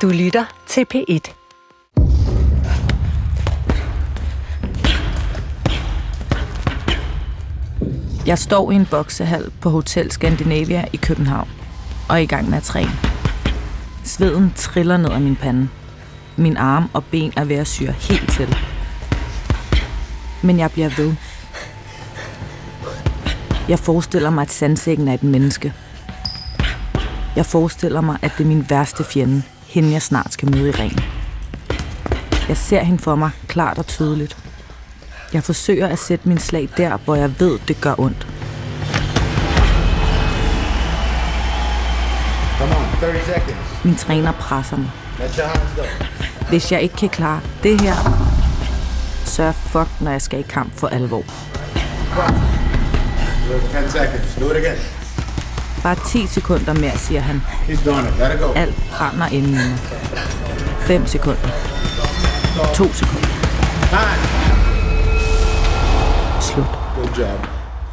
Du lytter til P1. Jeg står i en boksehal på Hotel Scandinavia i København og er i gang med at træne. Sveden triller ned ad min pande. Min arm og ben er ved at syre helt til. Men jeg bliver ved. Jeg forestiller mig, at sandsækken er et menneske. Jeg forestiller mig, at det er min værste fjende, hende jeg snart skal møde i ringen. Jeg ser hende for mig klart og tydeligt. Jeg forsøger at sætte min slag der, hvor jeg ved, det gør ondt. Min træner presser mig. Hvis jeg ikke kan klare det her, så er fuck, når jeg skal i kamp for alvor. Bare 10 sekunder mere, siger han. Alt brænder inde i mig. 5 sekunder. 2 sekunder. Slut. Good job.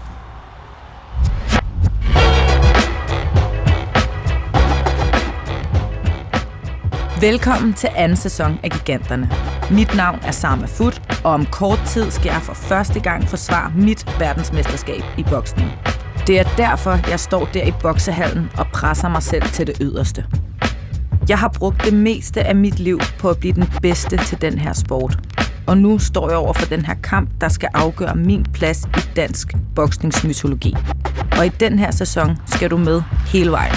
Velkommen til anden sæson af Giganterne. Mit navn er Sarma Foot, og om kort tid skal jeg for første gang forsvare mit verdensmesterskab i boksning. Det er derfor, jeg står der i boksehallen og presser mig selv til det yderste. Jeg har brugt det meste af mit liv på at blive den bedste til den her sport. Og nu står jeg over for den her kamp, der skal afgøre min plads i dansk boksningsmytologi. Og i den her sæson skal du med hele vejen.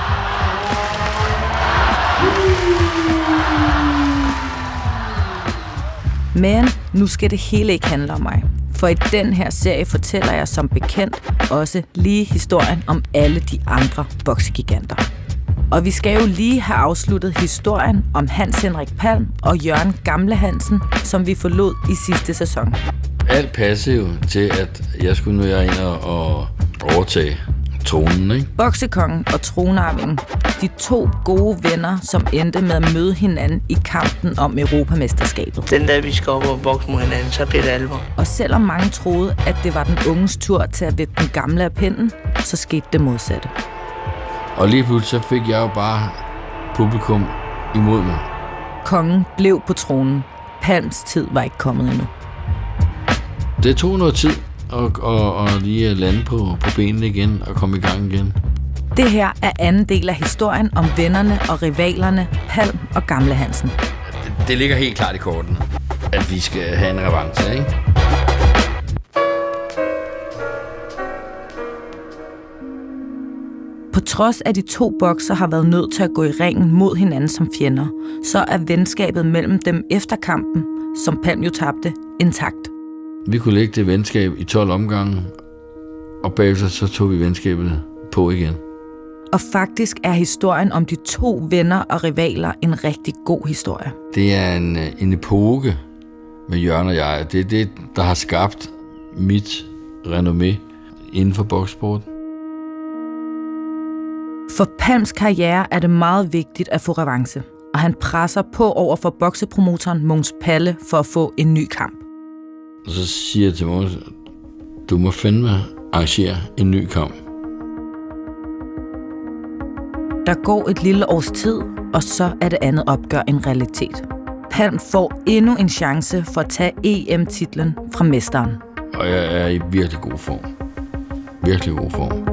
Men nu skal det hele ikke handle om mig. For i den her serie fortæller jeg som bekendt også lige historien om alle de andre boksegiganter. Og vi skal jo lige have afsluttet historien om Hans Henrik Palm og Jørgen Gamle Hansen, som vi forlod i sidste sæson. Alt passede jo til, at jeg skulle nu ind og overtage tronen, ikke? Boksekongen og tronarvingen, de to gode venner, som endte med at møde hinanden i kampen om Europamesterskabet. Den dag vi skal op og bokse mod hinanden, så bliver det alvor. Og selvom mange troede, at det var den unges tur til at vippe den gamle af pinden, så skete det modsatte. Og lige pludselig så fik jeg jo bare publikum imod mig. Kongen blev på tronen. Palms tid var ikke kommet endnu. Det tog noget tid at lige lande på benene igen og komme i gang igen. Det her er anden del af historien om vennerne og rivalerne Palm og Gamle Hansen. Det ligger helt klart i korten, at vi skal have en revanche, ikke? På trods af, de to bokser har været nødt til at gå i ringen mod hinanden som fjender, så er venskabet mellem dem efter kampen, som Palm jo tabte, intakt. Vi kunne lægge det venskab i 12 omgange, og bagefter så tog vi venskabet på igen. Og faktisk er historien om de to venner og rivaler en rigtig god historie. Det er en epoke med Jørgen og jeg. Det er det, der har skabt mit renommé inden for bokssporten. For Palms karriere er det meget vigtigt at få revanche, og han presser på over for boksepromotoren Mogens Palle for at få en ny kamp. Og så siger jeg til Mogens, du må fandme arrangere en ny kamp. Der går et lille års tid, og så er det andet opgør en realitet. Palm får endnu en chance for at tage EM-titlen fra mesteren. Og jeg er i virkelig god form. Virkelig god form.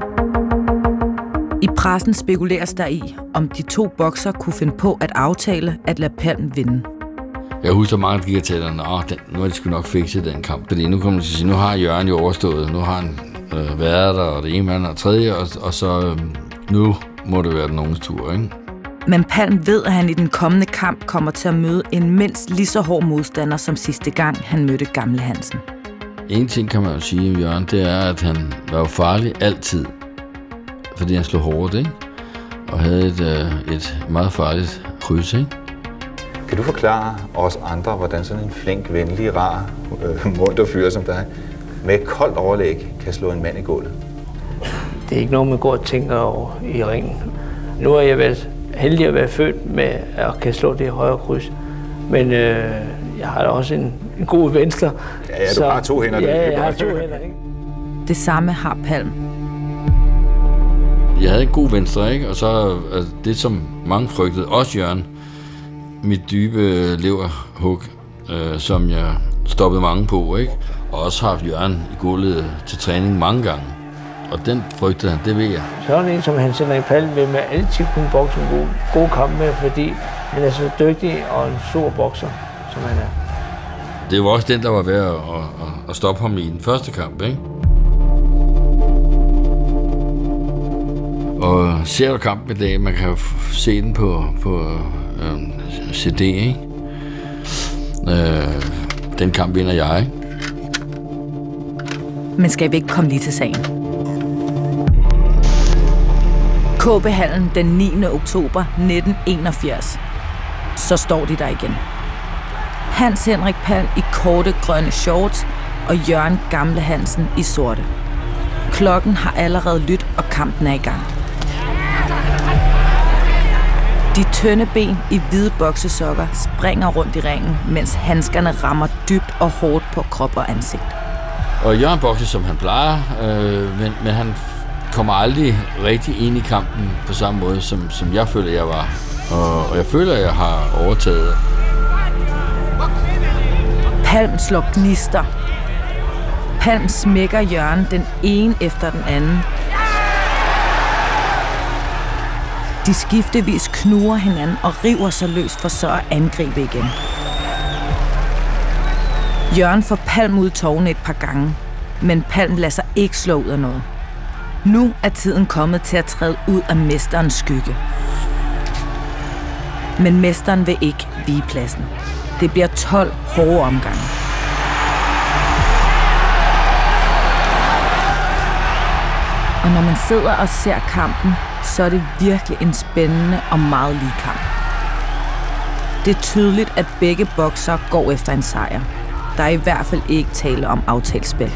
I pressen spekuleres der i, om de to bokser kunne finde på at aftale at lade Palm vinde. Jeg husker mange, der gik og talte, nu har de sgu nok fikset den kamp. Fordi nu kommer de til at sige, nu har Jørgen jo overstået. Nu har han været der, og det ene mand og tredje, og så nu må det være den nogens tur, ikke? Men Palm ved, at han i den kommende kamp kommer til at møde en mindst lige så hård modstander som sidste gang, han mødte Gamle Hansen. En ting kan man jo sige om Jørgen, det er, at han var farlig altid. Fordi han slog hårdt, ikke? Og havde et meget farligt kryds, ikke? Kan du forklare os andre, hvordan sådan en flink, venlig, rar, munter fyr som dig, med et koldt overlæg kan slå en mand i gulvet? Det er ikke noget, man går og tænker over i ringen. Nu har jeg været heldig at være født med at kan slå det højre kryds. Men jeg har da også en god venstre. Ja, du har to hænder. Ja, jeg har to hænder, ikke? Det samme har Palm. jeg havde en god venstre, ikke? Og så det, som mange frygtede, også Jørgen, mit dybe leverhug, som jeg stoppede mange på, ikke? Og også haft Jørgen i gulvet til træning mange gange. Og den frygtede han, det ved jeg. Sådan en som Hans Henrik Palm vil man altid kunne bokse en god kamp med, fordi han er så dygtig og en stor bokser, som han er. Det var også den, der var værd at stoppe ham i den første kamp, ikke? Og ser du kampen i dag, man kan jo se den på CD, ikke? Den kamp vinder jeg, ikke? Men skal vi ikke komme lige til sagen? KB-hallen den 9. oktober 1981. Så står de der igen. Hans Henrik Palm i korte grønne shorts og Jørgen Gamle Hansen i sorte. Klokken har allerede lydt, og kampen er i gang. De tynde ben i hvide boksesokker springer rundt i ringen, mens handskerne rammer dybt og hårdt på krop og ansigt. Og Jørgen bokser, som han plejer, men han kommer aldrig rigtig ind i kampen på samme måde, som jeg føler, jeg var. Og jeg føler, jeg har overtaget. Palm slår gnister. Palm smækker Jørgen den ene efter den anden. De skiftevis knuger hinanden og river sig løs for så at angribe igen. Jørgen får Palm ud i tårne et par gange, men Palm lader sig ikke slå ud af noget. Nu er tiden kommet til at træde ud af mesterens skygge. Men mesteren vil ikke vige pladsen. Det bliver 12 hårde omgange. Og når man sidder og ser kampen, så er det virkelig en spændende og meget lige kamp. Det er tydeligt, at begge boksere går efter en sejr. Der er i hvert fald ikke tale om aftalt-spil.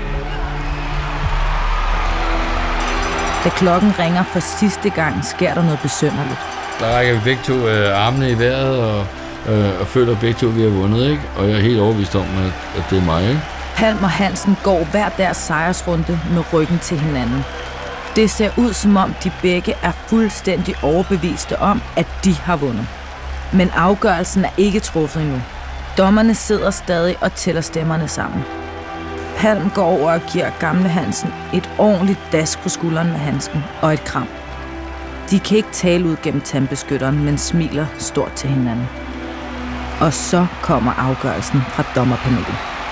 Da klokken ringer for sidste gang, sker der noget besynderligt. Der rækker vi begge to armene i vejret og føler begge to, at vi har vundet, ikke? Og jeg er helt overbevist om, at det er mig, ikke? Palm og Hansen går hver deres sejrsrunde med ryggen til hinanden. Det ser ud, som om de begge er fuldstændig overbeviste om, at de har vundet. Men afgørelsen er ikke truffet endnu. Dommerne sidder stadig og tæller stemmerne sammen. Palm går over og giver Gamle Hansen et ordentligt dask på skulderen med handsken og et kram. De kan ikke tale ud gennem tandbeskytteren, men smiler stort til hinanden. Og så kommer afgørelsen fra dommerpanelet.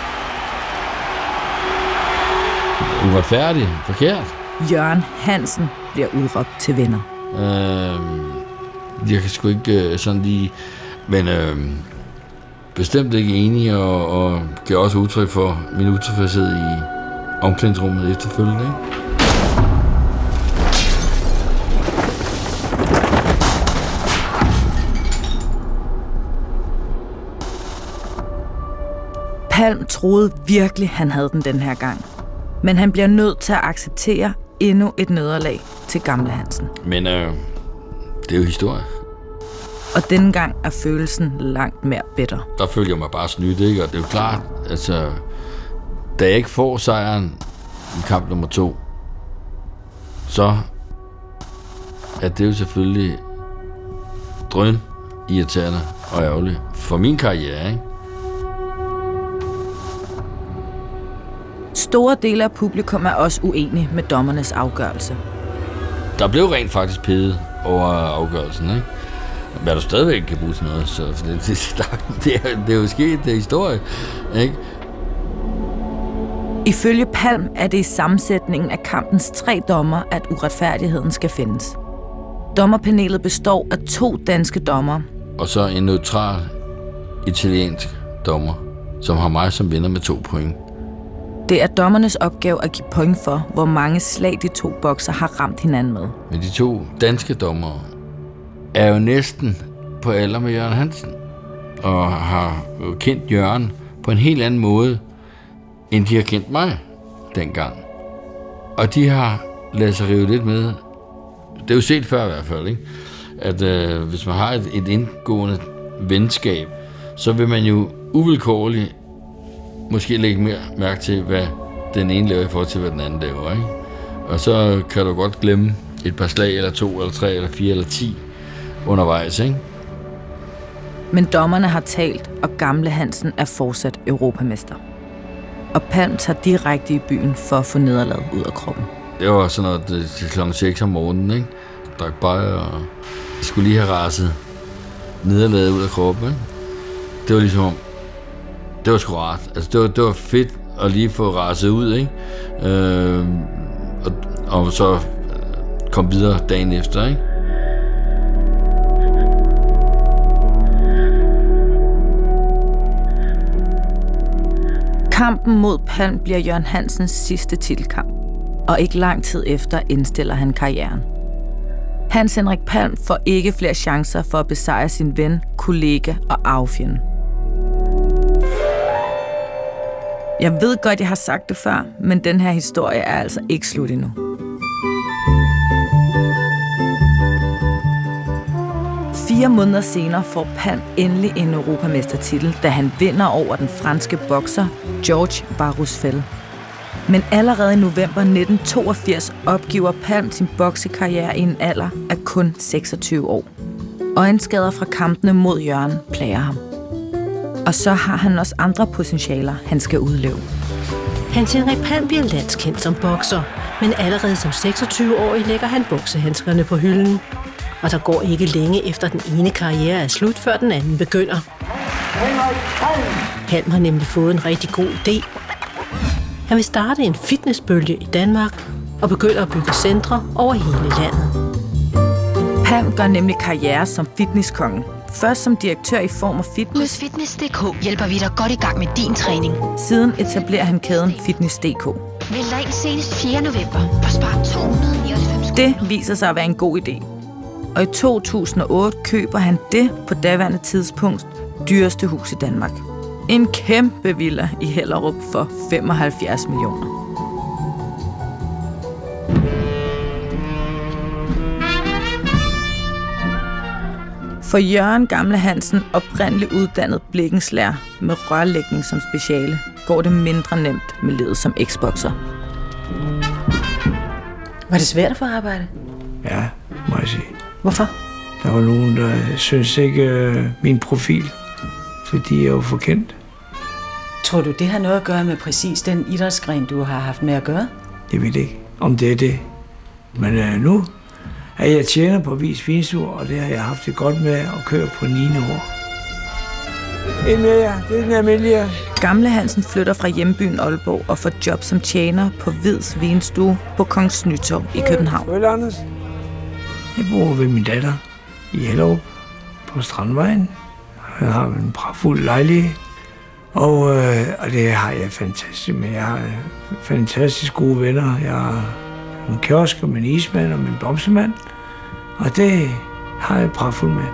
Uretfærdigt. Forkert. Jørgen Hansen bliver udråbt til vinder. Jeg kan sgu ikke sådan lige... Men bestemt ikke enig, og giver også udtryk for min utilfredshed i omklædningsrummet efterfølgende, ikke? Palm troede virkelig, han havde den her gang. Men han bliver nødt til at acceptere endnu et nederlag til Gamle Hansen. Men det er jo historie. Og denne gang er følelsen langt mere bitter. Der følger jeg mig bare snydt, ikke? Og det er jo klart, altså, da jeg ikke får sejren i kamp nummer 2, så er det jo selvfølgelig drøn irriterende og ærgerligt for min karriere, ikke? Store dele af publikum er også uenige med dommernes afgørelse. Der blev rent faktisk pædet over afgørelsen, ikke? Hvad du stadigvæk kan bruge til noget, så det er jo sket, det er historie, ikke? Ifølge Palm er det i sammensætningen af kampens 3 dommer, at uretfærdigheden skal findes. Dommerpanelet består af 2 danske dommer. Og så en neutral italiensk dommer, som har mig som vinder med 2 point. Det er dommernes opgave at give point for, hvor mange slag de 2 bokser har ramt hinanden med. Men de 2 danske dommere er jo næsten på alder med Jørgen Hansen, og har kendt Jørgen på en helt anden måde, end de har kendt mig dengang. Og de har ladet sig rive lidt med. Det er jo set før i hvert fald, ikke? At hvis man har et indgående venskab, så vil man jo uvilkårligt måske lægge mere mærke til, hvad den ene laver i forhold til, hvad den anden laver, ikke? Og så kan du godt glemme et par slag, eller 2, eller 3, eller 4, eller 10 undervejs, ikke? Men dommerne har talt, og Gamle Hansen er fortsat europamester. Og Palm tager direkte i byen for at få nederlaget ud af kroppen. Det var sådan noget til kl. 6 om morgenen, ikke? Drak bajer og skulle lige have raset nederlaget ud af kroppen, ikke? Det var ligesom, det var sgu rart. Altså, det var fedt at lige få raset ud, ikke? Og så kom videre dagen efter, ikke? Kampen mod Palm bliver Jørgen Hansens sidste titelkamp, og ikke lang tid efter indstiller han karrieren. Hans Henrik Palm får ikke flere chancer for at besejre sin ven, kollega og arvefjende. Jeg ved godt, jeg har sagt det før, men den her historie er altså ikke slut endnu. Fire måneder senere får Palm endelig en europamestertitel, da han vinder over den franske bokser Georges Barrousfel. Men allerede i november 1982 opgiver Palm sin boksekarriere i en alder af kun 26 år. Øjenskader fra kampene mod Jørgen plager ham. Og så har han også andre potentialer, han skal udleve. Hans Henrik Palm bliver landskendt som bokser, men allerede som 26-årig lægger han boksehandskerne på hylden. Og der går ikke længe efter den ene karriere er slut, før den anden begynder. Palm har nemlig fået en rigtig god idé. Han vil starte en fitnessbølge i Danmark og begynder at bygge centre over hele landet. Palm gør nemlig karriere som fitnesskongen. Først som direktør i form af fitness. Hos Fitness.dk hjælper vi dig godt i gang med din træning. Siden etablerer han kæden Fitness.dk. Vælg dig ind senest 4. november og spar 299. Det viser sig at være en god idé. Og i 2008 køber han det på daværende tidspunkt dyreste hus i Danmark. En kæmpe villa i Hellerup for 75 millioner. For Jørgen Gamle Hansen, oprindeligt uddannet blikkenslager med rørlægning som speciale, går det mindre nemt med livet som eksbokser. Var det svært at få arbejde? Ja, må jeg sige. Hvorfor? Der var nogen, der synes ikke min profil, fordi jeg var for kendt. Tror du, det har noget at gøre med præcis den idrætsgren, du har haft med at gøre? Jeg ved ikke, om det er det. Men nu er jeg tjener på Vis Finsur, og det har jeg haft det godt med at køre på 9. år. En mere, det er den almindelige. Gamle Hansen flytter fra hjembyen Aalborg og får job som tjener på Hvids Vinstue på Kongens Nytorv i København. Vel, Anders. Jeg bor ved min datter i Hellerup på Strandvejen. Jeg har en pragtfuld lejlighed, og det har jeg fantastisk med. Jeg har fantastisk gode venner. Jeg har en kiosk og min ismand og min blomstermand, og det har jeg pragtfuldt med.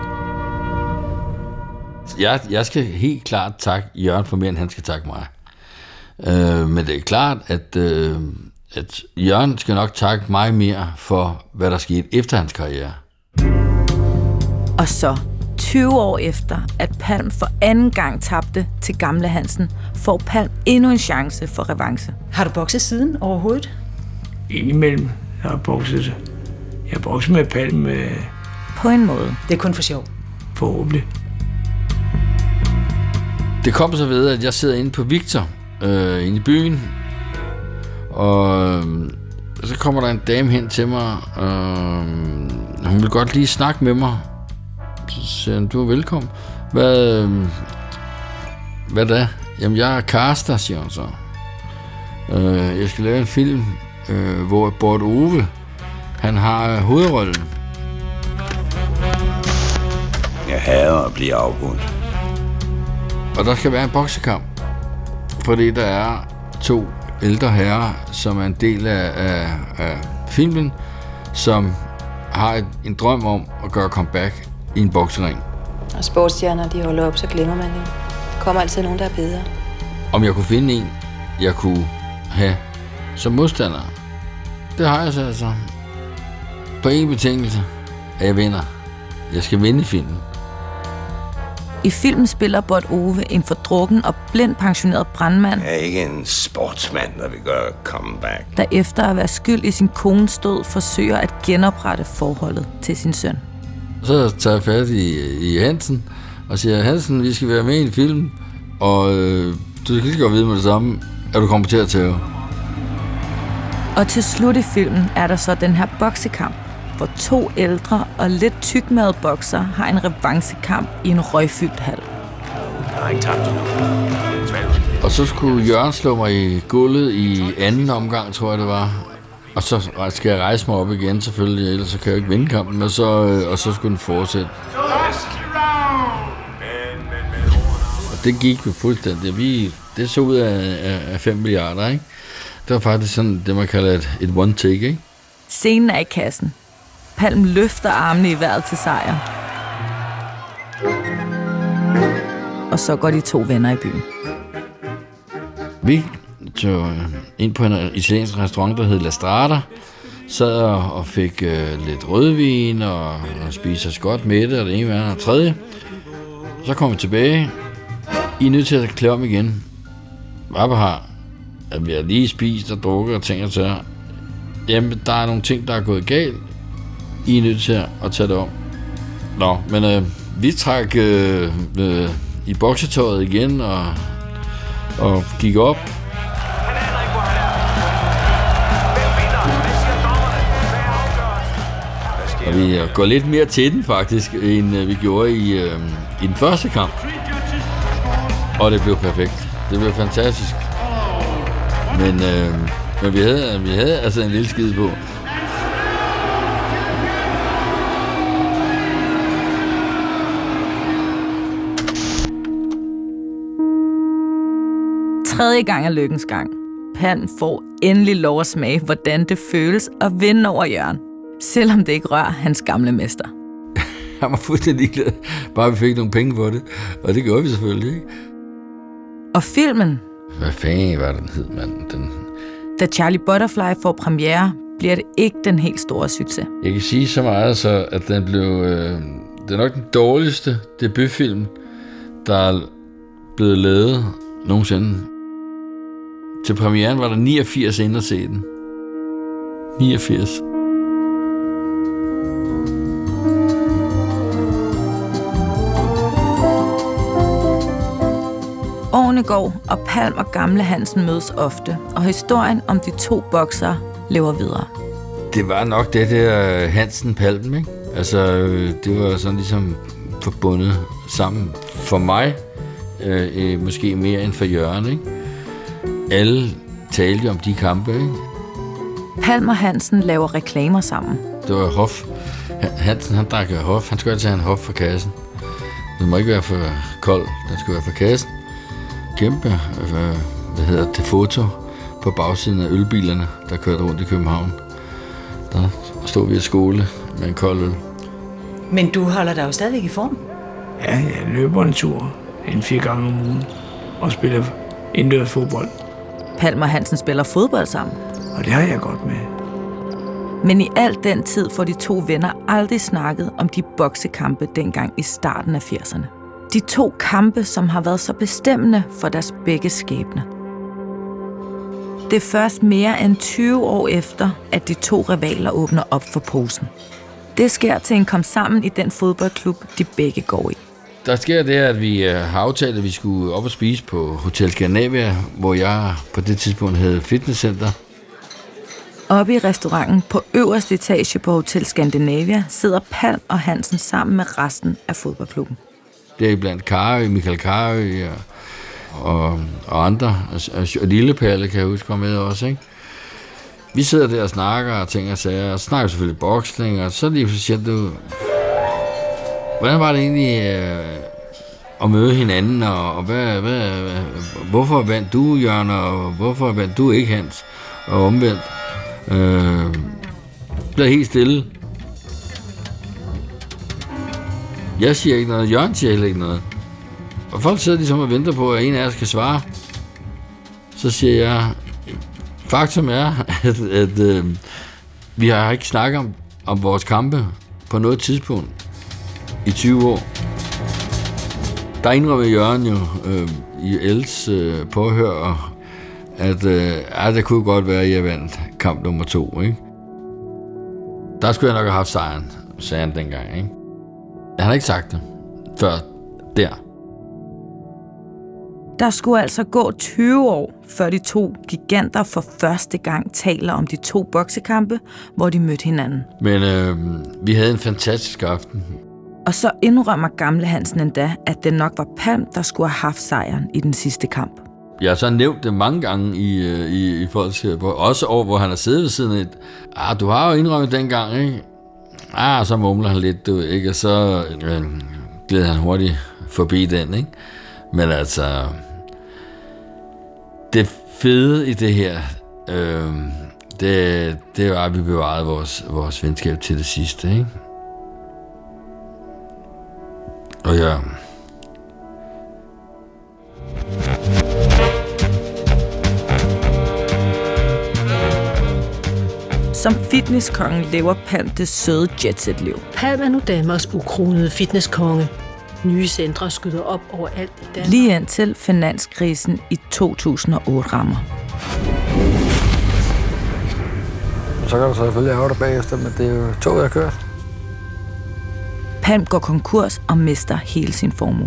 Jeg skal helt klart takke Jørgen for mere, end han skal takke mig. Men det er klart, at Jørgen skal nok takke mig mere for, hvad der skete efter hans karriere. Og så, 20 år efter, at Palm for anden gang tabte til Gamle Hansen, får Palm endnu en chance for revanche. Har du bokset siden overhovedet? Indimellem. Jeg har bokset med Palm På en måde. Det er kun for sjov. Forhåbentlig. Det kom så ved, at jeg sidder inde på Victor, inde i byen, og så kommer der en dame hen til mig, og hun vil godt lige snakke med mig. Så siger hun, du er velkommen. Hvad da? Jamen, jeg er caster, siger hun så. Jeg skal lave en film, hvor Bort Ove, han har hovedrollen. Jeg hader at blive afbrudt. Og der skal være en boksekamp, fordi der er 2 ældre herrer, som er en del af filmen, som har en drøm om at gøre comeback i en boksering. Og sportsstjerner, de holder op, så glemmer man dem. Der kommer altid nogen, der er bedre. Om jeg kunne finde en, jeg kunne have som modstander, det har jeg så altså. På en betingelse, at jeg vinder. Jeg skal vinde filmen. I filmen spiller Bort Ove en fordrukken og blind pensioneret brandmand. Jeg er ikke en sportsmand, der vil gøre comeback. Der efter at være skyld i sin kones død, forsøger at genoprette forholdet til sin søn. Så tager jeg fat i Hansen og siger, Hansen, vi skal være med i en film, og du skal lige godt vide med det samme, at du kommer til at tæve. Og til slut i filmen er der så den her boksekamp, hvor 2 ældre og lidt tykmagede bokser har en revancekamp i en røgfyldt hal. Og så skulle Jørgen slå mig i gulvet i anden omgang, tror jeg det var. Og så skal jeg rejse mig op igen selvfølgelig, ellers så kan jeg ikke vinde kampen, og så skulle den fortsætte. Og det gik jo fuldstændig. Det så ud af 5 milliarder, ikke? Det var faktisk sådan det, man kalder et one take, ikke? Scenen er i kassen. Palm løfter armene i vejret til sejr. Og så går de 2 venner i byen. Vi tog ind på en italiensk restaurant, der hed La Strada. Sad og fik lidt rødvin og spiste os godt med det, og det ene og det andet og tredje. Så kom vi tilbage. I er nødt til at klæde om igen. Hvad har? At vi har lige spist og drukket og ting og sager. Jamen, der er nogle ting, der er gået galt. I er nødt til at tage det om. Nå, men vi trak i boksetøjet igen og gik op. Og vi går lidt mere til den faktisk, end vi gjorde i den første kamp. Og det blev perfekt. Det blev fantastisk. Men vi havde altså en lille skide på. Tredje gang er lykkens gang. Palm får endelig lov at smage, hvordan det føles at vinde over Jørgen. Selvom det ikke rører hans gamle mester. Han var fuldstændig ligeglad. Bare vi fik nogle penge for det. Og det gjorde vi selvfølgelig, ikke? Og filmen? Hvad fanden var den hed, mand? Da Charlie Butterfly får premiere, bliver det ikke den helt store succes. Jeg kan sige så meget, så at den blev... det er nok den dårligste debutfilm, der er blevet lavet nogensinde. Til premieren var der 89 inde at se den. 89. Årene går, og Palm og gamle Hansen mødes ofte, og historien om de 2 boksere lever videre. Det var nok det der Hansen-Palm, ikke? Altså, det var sådan ligesom forbundet sammen for mig, måske mere end for Jørgen, ikke? Alle talte om de kampe, ikke? Palm og Hansen laver reklamer sammen. Det var Hof. Hansen, han drak Hof. Han skulle altid have en Hof for kassen. Den må ikke være for kold. Den skulle være for kassen. Kæmpe, det foto på bagsiden af ølbilerne, der kørte rundt i København. Der stod vi i skole med en kold øl. Men du holder dig jo stadigvæk i form? Ja, jeg løber en tur 4 gange om ugen og spiller indendørs fodbold. Palm og Hansen spiller fodbold sammen. Og det har jeg godt med. Men i al den tid får de 2 venner aldrig snakket om de boksekampe dengang i starten af 80'erne. De 2 kampe, som har været så bestemmende for deres begge skæbne. Det er først mere end 20 år efter, at de 2 rivaler åbner op for posen. Det sker til en kom sammen i den fodboldklub, de begge går i. Der sker det, at vi har aftalt, at vi skulle op og spise på Hotel Scandinavia, hvor jeg på det tidspunkt havde fitnesscenter. Oppe i restauranten på øverste etage på Hotel Scandinavia sidder Palm og Hansen sammen med resten af fodboldklubben. Det er blandt Karø, Michael Karø og andre, og Lillepalle kan jeg huske komme med også, ikke? Vi sidder der og snakker og ting og sager, og så snakker selvfølgelig boksning, og så lige siger du, hvordan var det egentlig at møde hinanden, og hvorfor vandt du, Jørgen, og hvorfor vandt du ikke, Hans, og omvendt. Blev helt stille. Jeg siger ikke noget, Jørgen siger heller ikke noget. Og folk sidder ligesom og venter på, at en af os skal svare. Så siger jeg, faktum er, at vi har ikke snakket om vores kampe på noget tidspunkt i 20 år. Der indrømmer Jørgen jo i Els påhør, at det kunne godt være, at jeg vandt kamp nummer 2, ikke? Der skulle jeg nok have haft sejren, sagde han dengang, ikke? Han har ikke sagt det før der. Der skulle altså gå 20 år, før de to giganter for første gang taler om de 2 boksekampe, hvor de mødte hinanden. Men vi havde en fantastisk aften. Og så indrømmer Gamle Hansen endda, at det nok var Palm, der skulle have haft sejren i den sidste kamp. Jeg har så nævnt det mange gange i forhold til, også over, hvor han har siddet ved siden af. Du har jo indrømmet dengang, ikke? Så mumler han lidt, du ikke? Og så glider han hurtigt forbi den, ikke? Men altså, det fede i det her, det var, at vi bevarede vores venskab til det sidste, ikke? Og ja. Som fitnesskongen lever Palm det søde jetset-liv. Palm er nu Danmarks ukronede fitnesskonge. Nye centre skyder op overalt i Danmark. Lige indtil finanskrisen i 2008 rammer. Så kan du selvfølgelig have dig bagefter, men det er jo toget, jeg har kørt. Palm går konkurs og mister hele sin formue.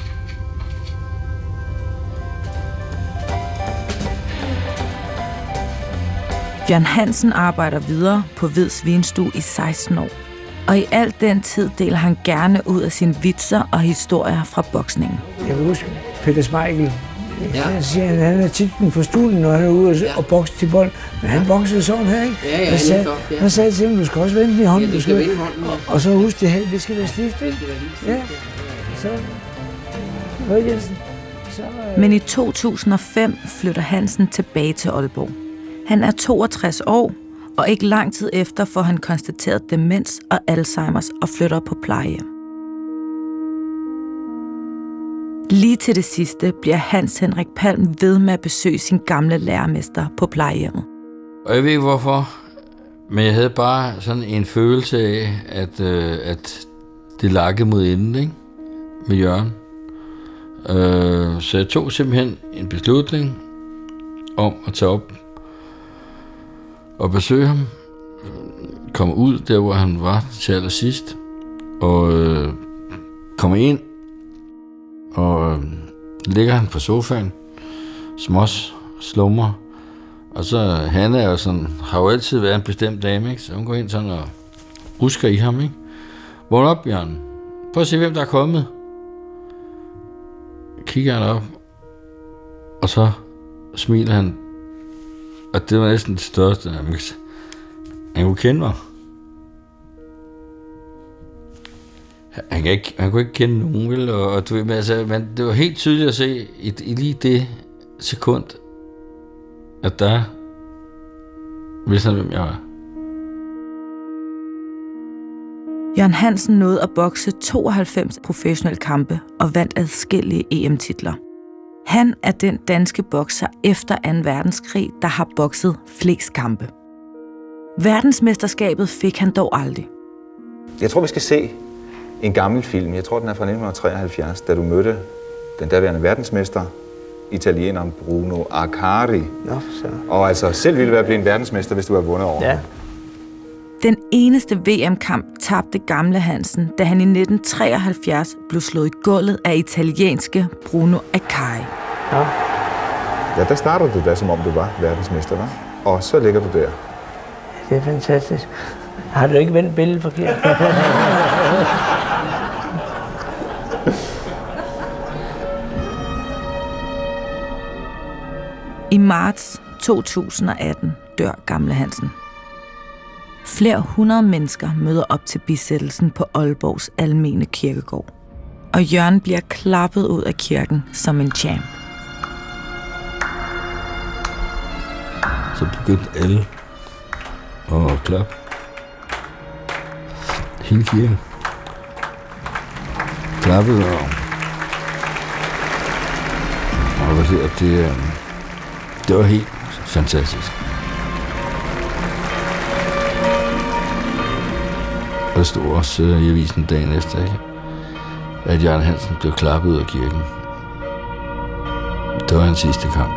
Jørgen Hansen arbejder videre på Hvids Vinstue i 16 år. Og i al den tid deler han gerne ud af sine vitser og historier fra boksningen. Jeg kan huske Peter Smeichel. Ja. Siger, han er tit for stolen, når han er ude og bokser til bold. Men han boksede sådan her, ikke? Ja. Han sagde til ham, du skal også vende den i hånden. Ja, du skal vende hånden. Og så husk det, det skal være stift, ikke? Ja. Så Jensen. Men i 2005 flytter Hansen tilbage til Aalborg. Han er 62 år, og ikke lang tid efter får han konstateret demens og Alzheimers og flytter på plejehjem. Lige til det sidste bliver Hans Henrik Palm ved med at besøge sin gamle lærermester på plejehjemmet. Og jeg ved ikke hvorfor, men jeg havde bare sådan en følelse af, at det lakkede mod enden, ikke? Med Jørgen. Så jeg tog simpelthen en beslutning om at tage op og besøge ham. Komme ud der, hvor han var til allersidst, og komme ind, og ligger han på sofaen, som også slumrer. Og så Hanne er jo sådan, har jo altid været en bestemt dame, ikke? Så hun går ind sådan og rusker i ham, ikke? Vågn op, Jørgen. Prøv at se, hvem der er kommet. Kigger han op, og så smiler han. Og det var næsten det største. Han kunne kende mig. Han kunne ikke kende nogen, vel? Og du ved, men altså, det var helt tydeligt at se i lige det sekund, at der vidste han, hvem jeg var. Jørgen Hansen nåede at bokse 92 professionelle kampe og vandt adskillige EM-titler. Han er den danske bokser efter 2. verdenskrig, der har bokset flest kampe. Verdensmesterskabet fik han dog aldrig. Jeg tror, vi skal se en gammel film. Jeg tror, den er fra 1973, da du mødte den daværende verdensmester, italieneren Bruno Arcari. Og altså selv ville være blevet en verdensmester, hvis du havde vundet over. Ja. Den eneste VM-kamp tabte Gamle Hansen, da han i 1973 blev slået i gulvet af italienske Bruno Arcari. Ja, der starter du da, som om du var verdensmester, hva'? Og så ligger du der. Det er fantastisk. Har du ikke vendt billedet forkert? I marts 2018 dør Gamle Hansen. Flere hundrede mennesker møder op til bisættelsen på Aalborgs almene kirkegård. Og Jørgen bliver klappet ud af kirken som en champ. Så begyndte alle at klappe. Hele kirken klappede, og det var helt fantastisk. Og det stod også i avisen dagen efter, ikke? at Jørgen Hansen blev klappet ud af kirken. Det var hans sidste kamp.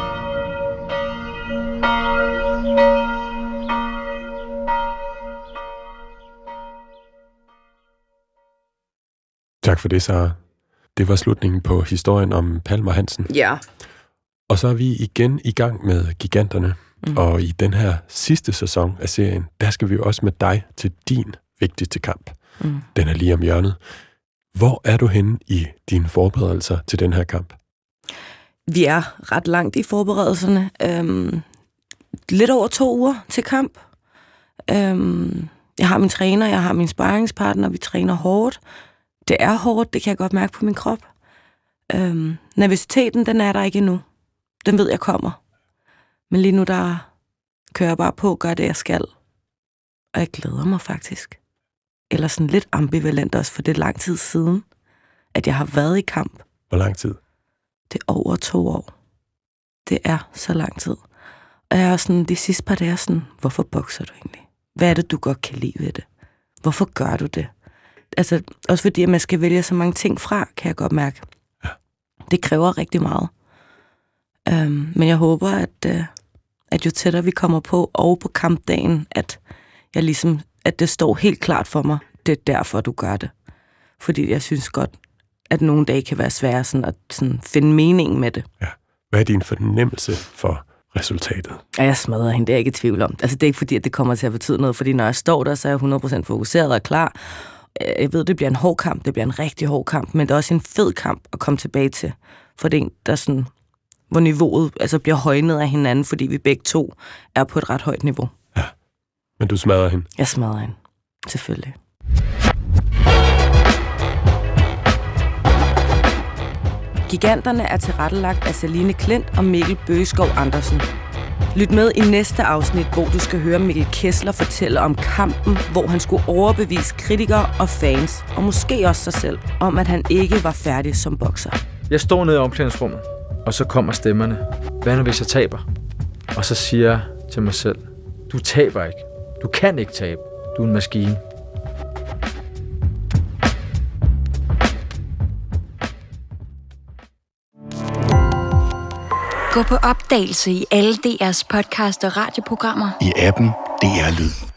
Tak for det, Sara. Det var slutningen på historien om Palmer Hansen. Ja. Og så er vi igen i gang med Giganterne. Og i den her sidste sæson af serien, der skal vi jo også med dig til din vigtigste kamp. Den er lige om hjørnet. Hvor er du henne i dine forberedelser til den her kamp? Vi er ret langt i forberedelserne. Lidt over 2 uger til kamp. Jeg har min træner, jeg har min sparringspartner, vi træner hårdt. Det er hårdt, det kan jeg godt mærke på min krop. Nervøsiteten, den er der ikke endnu. Den ved jeg kommer. Men lige nu, der kører jeg bare på, gør det, jeg skal. Og jeg glæder mig faktisk. Eller sådan lidt ambivalent også, for det er lang tid siden, at jeg har været i kamp. Hvor lang tid? Det er over 2 år. Det er så lang tid. Og jeg er sådan, de sidste par dage sådan, hvorfor bokser du egentlig? Hvad er det, du godt kan lide ved det? Hvorfor gør du det? Altså, også fordi, at man skal vælge så mange ting fra, kan jeg godt mærke. Ja. Det kræver rigtig meget. Men jeg håber, at jo tættere vi kommer på, og på kampdagen, at det står helt klart for mig, det er derfor, du gør det. Fordi jeg synes godt, at nogle dage kan være svære sådan at finde mening med det. Ja. Hvad er din fornemmelse for resultatet? Ja, jeg smadrer hende, det er jeg ikke i tvivl om. Altså, det er ikke fordi, at det kommer til at betyde noget, fordi når jeg står der, så er jeg 100% fokuseret og klar. Jeg ved, det bliver en hård kamp, det bliver en rigtig hård kamp, men det er også en fed kamp at komme tilbage til. For det er en, der sådan, hvor niveauet altså bliver højnet af hinanden, fordi vi begge to er på et ret højt niveau. Ja, men du smadrer hende? Jeg smadrer hende, selvfølgelig. Giganterne er tilrettelagt af Celine Klint og Mikkel Bøgeskov Andersen. Lyt med i næste afsnit, hvor du skal høre Mikkel Kessler fortælle om kampen, hvor han skulle overbevise kritikere og fans, og måske også sig selv, om at han ikke var færdig som bokser. Jeg står nede i omklædningsrummet, og så kommer stemmerne. Hvad nu, hvis jeg taber? Og så siger jeg til mig selv, du taber ikke. Du kan ikke tabe. Du er en maskine. Gå på opdagelse i alle DR's podcast og radioprogrammer. I appen DR Lyd.